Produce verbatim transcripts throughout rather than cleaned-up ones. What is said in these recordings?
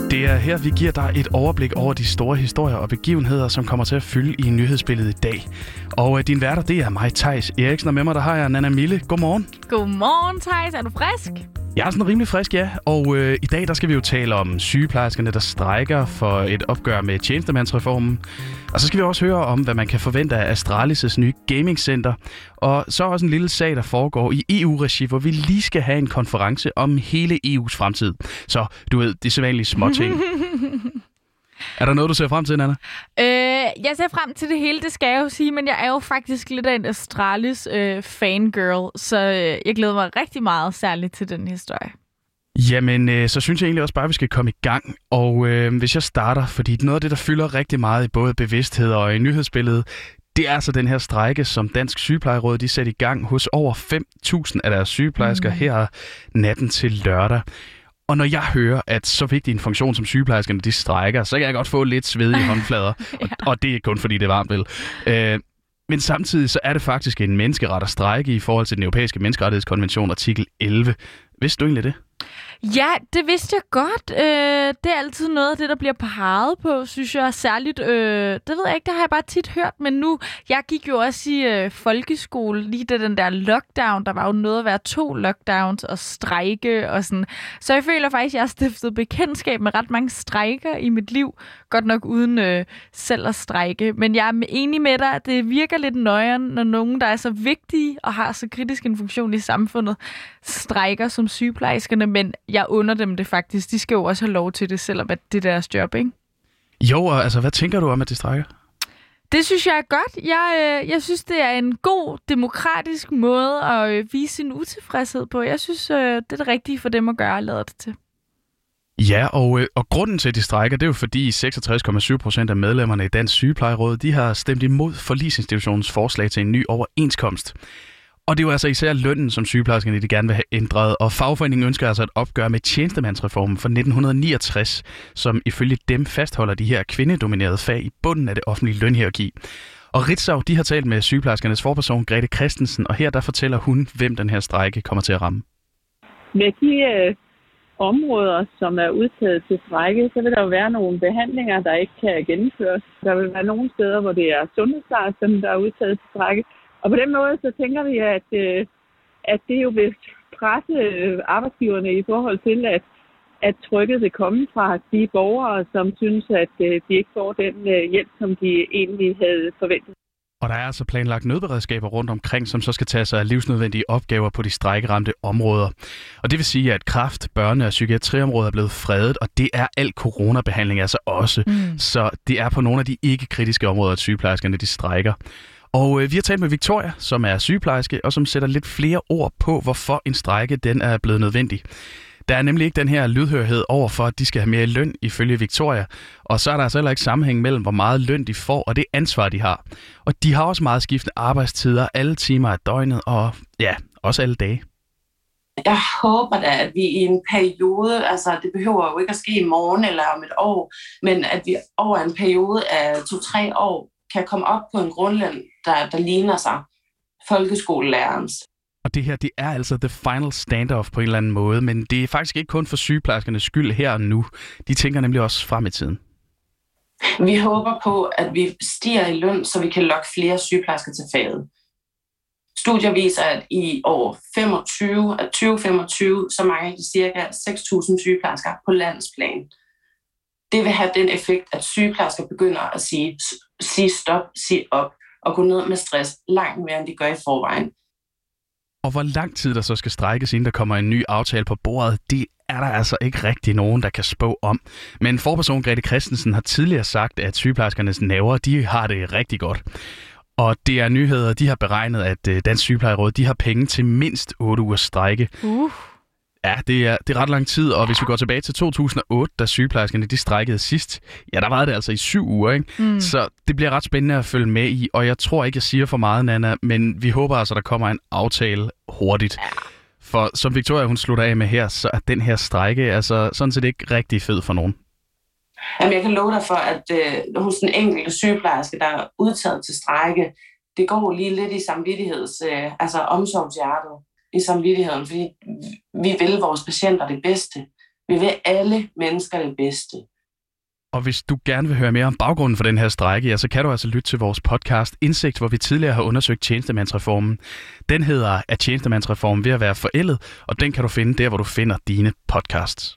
Det er her, vi giver dig et overblik over de store historier og begivenheder, som kommer til at fylde i nyhedsbilledet i dag. Og øh, din værter, det er mig, Theis Eriksen, og med mig der har jeg Nana Mille. Godmorgen. Godmorgen, Theis. Er du frisk? Jeg er sådan rimelig frisk, ja. Og øh, i dag der skal vi jo tale om sygeplejerskerne, der strejker for et opgør med tjenestemandsreformen. Og så skal vi også høre om, hvad man kan forvente af Astralis' nye gamingcenter. Og så også en lille sag, der foregår i E U-regi, hvor vi lige skal have en konference om hele E U's fremtid. Så du ved, det er sædvanlige småting. Er der noget, du ser frem til, Nana? Øh, jeg ser frem til det hele, det skal jeg jo sige, men jeg er jo faktisk lidt af en Astralis øh, fangirl, så øh, jeg glæder mig rigtig meget særligt til den historie. Jamen, øh, så synes jeg egentlig også bare, at vi skal komme i gang. Og øh, hvis jeg starter, fordi noget af det, der fylder rigtig meget i både bevidsthed og i nyhedsbilledet, det er altså den her strejke, som Dansk Sygeplejeråd de satte i gang hos over fem tusind af deres sygeplejersker mm. her natten til lørdag. Og når jeg hører, at så vigtig en funktion som sygeplejerskerne, de strejker, så kan jeg godt få lidt svedige håndflader. ja. og, og det er kun fordi, det er varmt, vel? Øh, men samtidig så er det faktisk en menneskeret at strejke i forhold til den europæiske menneskerettighedskonvention artikel elleve. Vidste du egentlig det? Ja, det vidste jeg godt. Øh, det er altid noget af det, der bliver peget på, synes jeg særligt. Øh, det ved jeg ikke, det har jeg bare tit hørt, men nu, jeg gik jo også i øh, folkeskole, lige da den der lockdown, der var jo noget at være to lockdowns og strejke og sådan. Så jeg føler faktisk, at jeg har stiftet bekendtskab med ret mange strejker i mit liv, godt nok uden øh, selv at strejke. Men jeg er enig med dig, at det virker lidt nøjeren, når nogen, der er så vigtige og har så kritisk en funktion i samfundet, strejker som sygeplejerskerne, men jeg under dem det faktisk. De skal jo også have lov til det, selvom at det er deres job, ikke? Jo, og altså, hvad tænker du om, at de strejker? Det synes jeg er godt. Jeg, øh, jeg synes, det er en god, demokratisk måde at øh, vise sin utilfredshed på. Jeg synes, øh, det er det rigtige for dem at gøre, og lader det til. Ja, og, øh, og grunden til, at de strejker, det er jo fordi seksogtres komma syv procent af medlemmerne i Dansk Sygeplejeråd, de har stemt imod Forligsinstitutionens forslag til en ny overenskomst. Og det er jo altså især lønnen, som sygeplejerskerne de gerne vil have ændret, og fagforeningen ønsker altså et opgør med tjenestemandsreformen fra nitten niogtres, som ifølge dem fastholder de her kvindedominerede fag i bunden af det offentlige lønhierarki. Og Ritzau, de har talt med sygeplejerskernes forperson Grete Christensen, og her der fortæller hun, hvem den her strejke kommer til at ramme. Med de øh, områder, som er udtaget til strejke, så vil der jo være nogle behandlinger, der ikke kan gennemføres. Der vil være nogle steder, hvor det er sundhedsplejerskerne, der er udtaget til strejke. Og på den måde, så tænker vi, at, øh, at det jo vil presse arbejdsgiverne i forhold til, at, at trykket vil komme fra de borgere, som synes, at øh, de ikke får den øh, hjælp, som de egentlig havde forventet. Og der er altså planlagt nødberedskaber rundt omkring, som så skal tage sig af livsnødvendige opgaver på de strejkeramte områder. Og det vil sige, at kræft, børne- og psykiatriområdet er blevet fredet, og det er al coronabehandling altså også. Mm. Så det er på nogle af de ikke-kritiske områder, at sygeplejerskerne de strejker. Og øh, vi har talt med Victoria, som er sygeplejerske, og som sætter lidt flere ord på, hvorfor en strejke den er blevet nødvendig. Der er nemlig ikke den her lydhørhed over for, at de skal have mere løn ifølge Victoria. Og så er der altså heller ikke sammenhæng mellem, hvor meget løn de får, og det ansvar, de har. Og de har også meget skiftende arbejdstider, alle timer af døgnet, og ja, også alle dage. Jeg håber da, at vi i en periode, altså det behøver jo ikke at ske i morgen eller om et år, men at vi over en periode af to-tre år kan komme op på en grundløn, der, der ligner sig folkeskolelærerens. Og det her, det er altså the final standoff på en eller anden måde, men det er faktisk ikke kun for sygeplejerskernes skyld her og nu. De tænker nemlig også frem i tiden. Vi håber på, at vi stiger i løn, så vi kan lokke flere sygeplejersker til faget. Studier viser, at i år femogtyve, at tyve femogtyve, så mangler de cirka seks tusind sygeplejersker på landsplan. Det vil have den effekt, at sygeplejersker begynder at sige, sige stop, sige op og gå ned med stress langt mere, end de gør i forvejen. Og hvor lang tid der så skal strækkes, inden der kommer en ny aftale på bordet, det er der altså ikke rigtig nogen, der kan spå om. Men forperson Grete Christensen har tidligere sagt, at sygeplejerskernes nerver, de har det rigtig godt. Og det er nyheder, de har beregnet, at Dansk Sygeplejeråd, de har penge til mindst otte ugers strejke. Uh. Ja, det er, det er ret lang tid, og hvis vi går tilbage til to tusind og otte, da sygeplejerskerne de strejkede sidst, ja, der var det altså i syv uger, ikke? Mm. Så det bliver ret spændende at følge med i, og jeg tror ikke, jeg siger for meget, Nana, men vi håber altså, der kommer en aftale hurtigt. Ja. For som Victoria, hun slutter af med her, så er den her strejke altså sådan set ikke rigtig fed for nogen. Jamen, jeg kan love dig for, at øh, hos den enkelte sygeplejerske, der er udtaget til strejke, det går lige lidt i samvittigheds, øh, altså omsorgshjertet i samvittigheden, fordi vi vil vores patienter det bedste. Vi vil alle mennesker det bedste. Og hvis du gerne vil høre mere om baggrunden for den her strejke, ja, så kan du altså lytte til vores podcast Indsigt, hvor vi tidligere har undersøgt tjenestemandsreformen. Den hedder Er tjenestemandsreformen ved at være forældet, og den kan du finde der, hvor du finder dine podcasts.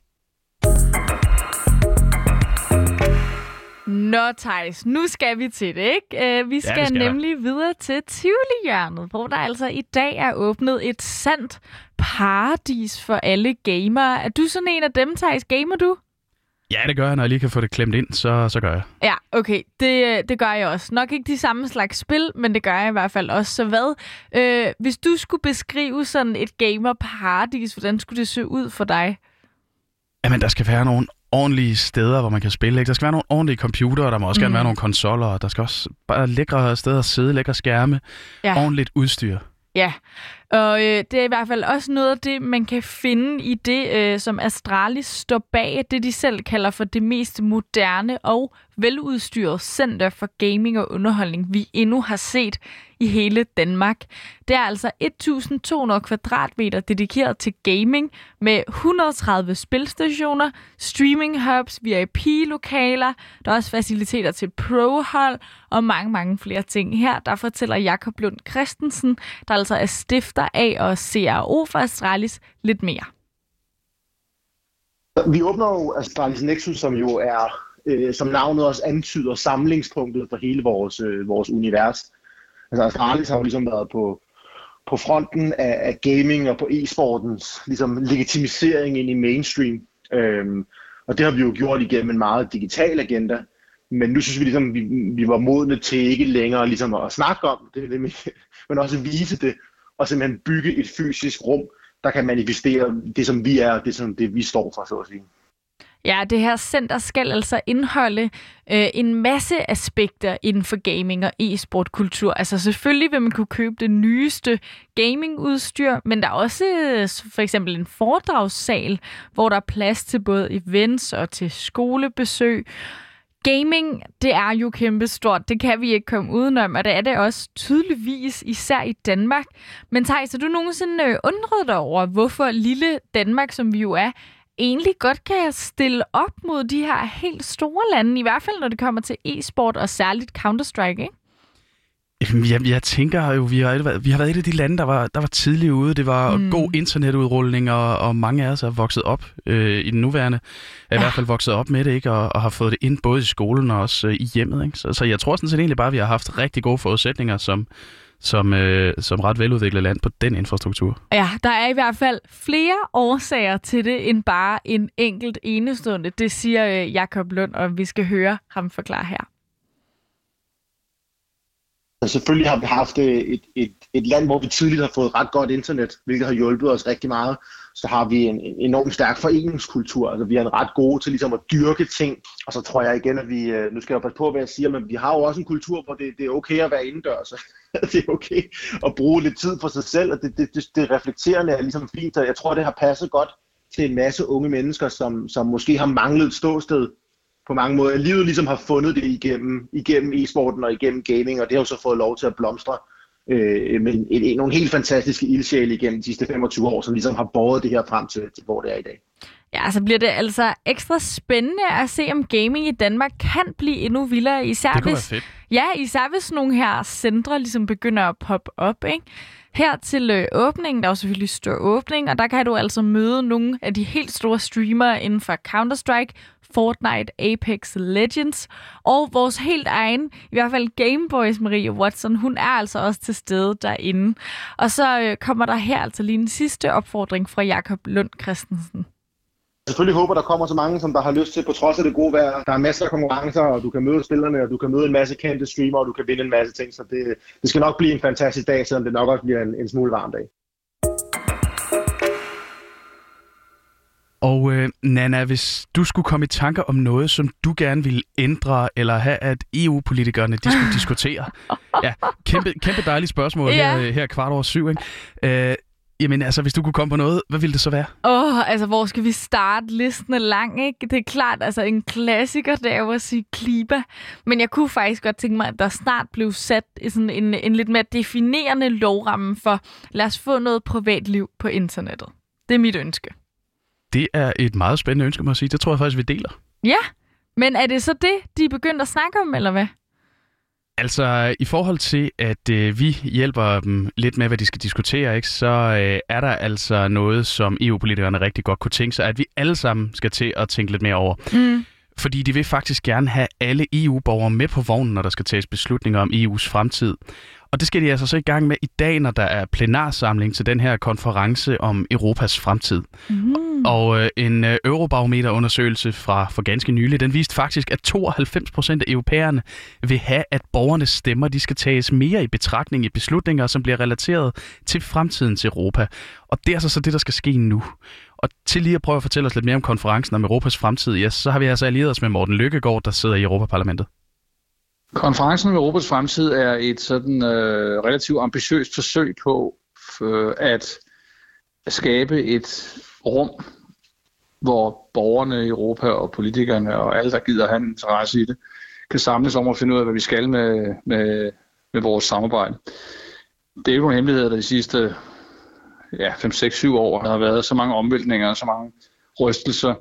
Nå, Theis, nu skal vi til det, ikke? Vi skal, ja, skal nemlig der. videre til Tivoli-hjørnet, hvor der altså i dag er åbnet et sandt paradis for alle gamere. Er du sådan en af dem, Theis? Gamer du? Ja, det gør jeg, når jeg lige kan få det klemt ind, så, så gør jeg. Ja, okay. Det, det gør jeg også. Nok ikke de samme slags spil, men det gør jeg i hvert fald også. Så hvad, øh, hvis du skulle beskrive sådan et gamer-paradis, hvordan skulle det se ud for dig? Jamen, der skal være nogle ordentlige steder, hvor man kan spille. Ikke? Der skal være nogle ordentlige computere, der må også mm. gerne være nogle konsoller, og der skal også bare lækre steder at sidde, lækre skærme, ja. ordentligt udstyr. Ja, og øh, det er i hvert fald også noget af det, man kan finde i det, øh, som Astralis står bag, det de selv kalder for det mest moderne og veludstyrede center for gaming og underholdning, vi endnu har set i hele Danmark. Det er altså tusind to hundrede kvadratmeter dedikeret til gaming med et hundrede og tredive spilstationer, streaming hubs, V I P-lokaler, der er også faciliteter til pro-hold og mange, mange flere ting. Her der fortæller Jakob Lund Christensen, der altså er stifter af og C R O for Astralis, lidt mere. Vi åbner jo Astralis Nexus, som jo er, øh, som navnet også antyder, samlingspunktet for hele vores, øh, vores univers. Altså Astralis har jo ligesom været på, på fronten af, af gaming og på e-sportens ligesom, legitimisering ind i mainstream. Øhm, og det har vi jo gjort igennem en meget digital agenda. Men nu synes vi ligesom, vi, vi var modne til ikke længere ligesom at snakke om det, men også vise det, og simpelthen bygge et fysisk rum, der kan manifestere det, som vi er, det som det vi står for, så at sige. Ja, det her center skal altså indeholde øh, en masse aspekter inden for gaming og e-sportkultur. Altså selvfølgelig vil man kunne købe det nyeste gamingudstyr, men der er også øh, for eksempel en foredragssal, hvor der er plads til både events og til skolebesøg. Gaming, det er jo kæmpestort. Det kan vi ikke komme udenom, og det er det også tydeligvis, især i Danmark. Men Theis, har du nogensinde øh, undret dig over, hvorfor lille Danmark, som vi jo er, egentlig godt kan stille op mod de her helt store lande, i hvert fald når det kommer til e-sport og særligt Counter-Strike, ikke? Jeg, jeg tænker jo, vi har, vi har været et af de lande, der var, der var tidligt ude. Det var mm. god internetudrulning, og, og mange af os er vokset op øh, i den nuværende. Er ja. i hvert fald vokset op med det, ikke? Og, og har fået det ind både i skolen og også øh, i hjemmet. Ikke? Så, så jeg tror sådan set egentlig bare, at vi har haft rigtig gode forudsætninger som, som, øh, som ret veludviklet land på den infrastruktur. Ja, der er i hvert fald flere årsager til det, end bare en enkelt enestående. Det siger øh, Jakob Lund, og vi skal høre ham forklare her. Selvfølgelig har vi haft et, et, et land, hvor vi tidligt har fået ret godt internet, hvilket har hjulpet os rigtig meget. Så har vi en, en enormt stærk foreningskultur. Altså vi er en ret gode til ligesom at dyrke ting. Og så tror jeg igen, at vi, nu skal jeg passe på, hvad jeg siger, men vi har jo også en kultur, hvor det, det er okay at være indendørs. Det er okay at bruge lidt tid for sig selv, og det, det, det, det reflekterende er ligesom fint. Og jeg tror, det har passet godt til en masse unge mennesker, som, som måske har manglet et ståsted på mange måder. Livet ligesom har fundet det igennem, igennem e-sporten og igennem gaming, og det har jo så fået lov til at blomstre øh, med en, en, nogle helt fantastiske ildsjæle igennem de sidste femogtyve år, som ligesom har båret det her frem til, til hvor det er i dag. Ja, så bliver det altså ekstra spændende at se, om gaming i Danmark kan blive endnu vildere. Især det kunne hvis, være fedt. Ja, især hvis nogle her centre ligesom begynder at poppe op, ikke? Her til øh, åbningen, der er jo selvfølgelig stor åbning, og der kan du altså møde nogle af de helt store streamere inden for Counter-Strike, Fortnite, Apex Legends, og vores helt egen, i hvert fald Gameboys Marie Watson, hun er altså også til stede derinde. Og så øh, kommer der her altså lige en sidste opfordring fra Jakob Lund Christensen. Jeg selvfølgelig håber, der kommer så mange, som der har lyst til, på trods af det gode vejr. Der er masser af konkurrencer, og du kan møde spillerne, og du kan møde en masse kendte streamere, og du kan vinde en masse ting. Så det, det skal nok blive en fantastisk dag, selvom det nok også bliver en, en smule varm dag. Og øh, Nanna, hvis du skulle komme i tanker om noget, som du gerne ville ændre, eller have, at E U-politikerne de skulle diskutere. Ja, kæmpe, kæmpe dejligt spørgsmål ja. her, her kvart over syv, ikke? Øh, Jamen altså, hvis du kunne komme på noget, hvad ville det så være? Åh, oh, altså, hvor skal vi starte? Listen er lang, ikke? Det er klart, altså en klassiker, det er jo at sige klima. Men jeg kunne faktisk godt tænke mig, at der snart blev sat sådan en, en lidt mere definerende lovramme for, lad os få noget privatliv på internettet. Det er mit ønske. Det er et meget spændende ønske, må jeg sige. Det tror jeg faktisk, vi deler. Ja, men er det så det, de er begyndt at snakke om, eller hvad? Altså, i forhold til, at øh, vi hjælper dem lidt med, hvad de skal diskutere, ikke, så øh, er der altså noget, som E U-politikerne rigtig godt kunne tænke sig, at vi alle sammen skal til at tænke lidt mere over. Mm. Fordi de vil faktisk gerne have alle E U-borgere med på vognen, når der skal tages beslutninger om E U's fremtid. Og det skal de altså så i gang med i dag, når der er plenarsamling til den her konference om Europas fremtid. Mm. Og øh, en øh, Eurobarometer-undersøgelse fra for ganske nylig, den viste faktisk, at tooghalvfems procent af europæerne vil have, at borgernes stemmer de skal tages mere i betragtning i beslutninger, som bliver relateret til fremtidens Europa. Og det er altså så det, der skal ske nu. Og til lige at prøve at fortælle os lidt mere om konferencen om Europas fremtid, ja, så har vi altså allieret os med Morten Løkkegaard, der sidder i Europaparlamentet. Konferencen om Europas fremtid er et sådan øh, relativt ambitiøst forsøg på øh, at skabe et rum, hvor borgerne i Europa og politikerne og alle, der gider have en interesse i det, kan samles om at finde ud af, hvad vi skal med, med, med vores samarbejde. Det er jo nogle hemmeligheder, der de sidste ja, fem, seks, syv år der har været så mange omvæltninger og så mange rystelser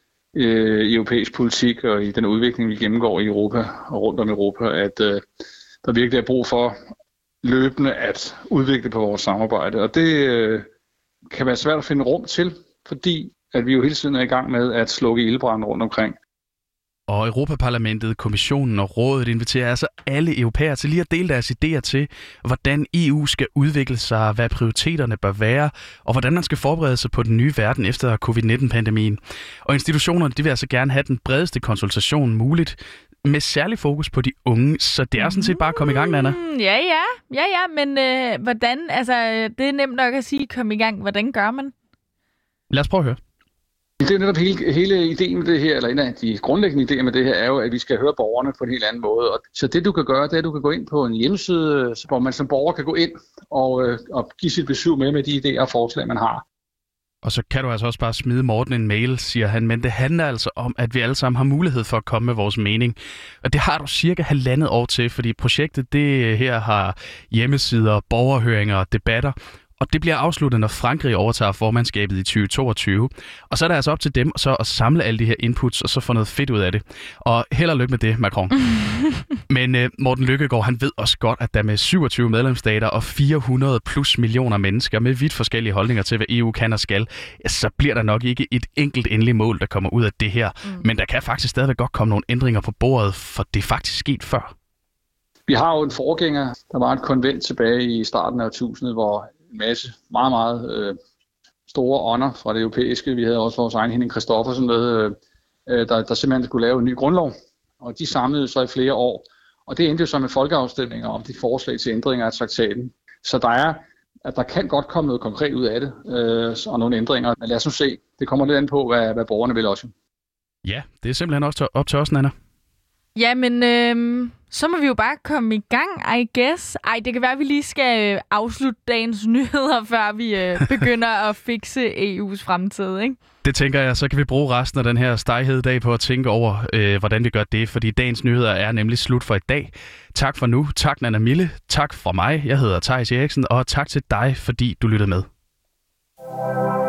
øh, i europæisk politik og i den udvikling, vi gennemgår i Europa og rundt om Europa, at øh, der virkelig er brug for løbende at udvikle på vores samarbejde. Og det øh, kan være svært at finde rum til, fordi at vi jo hele tiden er i gang med at slukke ildbrand rundt omkring. Og Europaparlamentet, Kommissionen og Rådet inviterer altså alle europæere til lige at dele deres idéer til, hvordan E U skal udvikle sig, hvad prioriteterne bør være, og hvordan man skal forberede sig på den nye verden efter covid nitten-pandemien. Og institutionerne de vil altså gerne have den bredeste konsultation muligt, med særlig fokus på de unge, så det er sådan set bare at komme i gang, Nana. Mm, ja, ja, ja, ja, men øh, hvordan, altså det er nemt nok at sige, komme i gang, hvordan gør man? Lad os prøve at høre. Det er netop hele, hele ideen med det her, eller en af de grundlæggende idéer med det her, er jo, at vi skal høre borgerne på en helt anden måde. Og så det du kan gøre, det er, at du kan gå ind på en hjemmeside, hvor man som borger kan gå ind og, øh, og give sit besøg med med de idéer og forslag, man har. Og så kan du altså også bare smide Morten en mail, siger han, men det handler altså om, at vi alle sammen har mulighed for at komme med vores mening. Og det har du cirka halvandet år til, fordi projektet det her har hjemmesider, borgerhøringer og debatter. Og det bliver afsluttet, når Frankrig overtager formandskabet i tyve toogtyve. Og så er det altså op til dem så at samle alle de her inputs, og så få noget fedt ud af det. Og held og lykke med det, Macron. Men uh, Morten Løkkegaard, han ved også godt, at der med syvogtyve medlemsstater og fire hundrede plus millioner mennesker med vidt forskellige holdninger til, hvad E U kan og skal, ja, så bliver der nok ikke et enkelt endeligt mål, der kommer ud af det her. Mm. Men der kan faktisk stadigvæk godt komme nogle ændringer på bordet, for det er faktisk sket før. Vi har jo en forgænger, der var et konvent tilbage i starten af årtusindet, hvor en masse meget, meget øh, store ånder fra det europæiske. Vi havde også vores egen Henning Christoffersen med, øh, der, der simpelthen skulle lave en ny grundlov. Og de samlede så i flere år. Og det endte jo så med folkeafstemninger om de forslag til ændringer af traktaten. Så der er, at der kan godt komme noget konkret ud af det, øh, og nogle ændringer. Men lad os nu se. Det kommer lidt an på, hvad, hvad borgerne vil også. Ja, det er simpelthen også op til os, Nana. Jamen, øh, så må vi jo bare komme i gang, I guess. Ej, det kan være, at vi lige skal øh, afslutte dagens nyheder, før vi øh, begynder at fikse E U's fremtid, ikke? Det tænker jeg, så kan vi bruge resten af den her stejhede dag på at tænke over, øh, hvordan vi gør det, fordi dagens nyheder er nemlig slut for i dag. Tak for nu. Tak, Nana Mille. Tak fra mig. Jeg hedder Theis Eriksen, og tak til dig, fordi du lyttede med.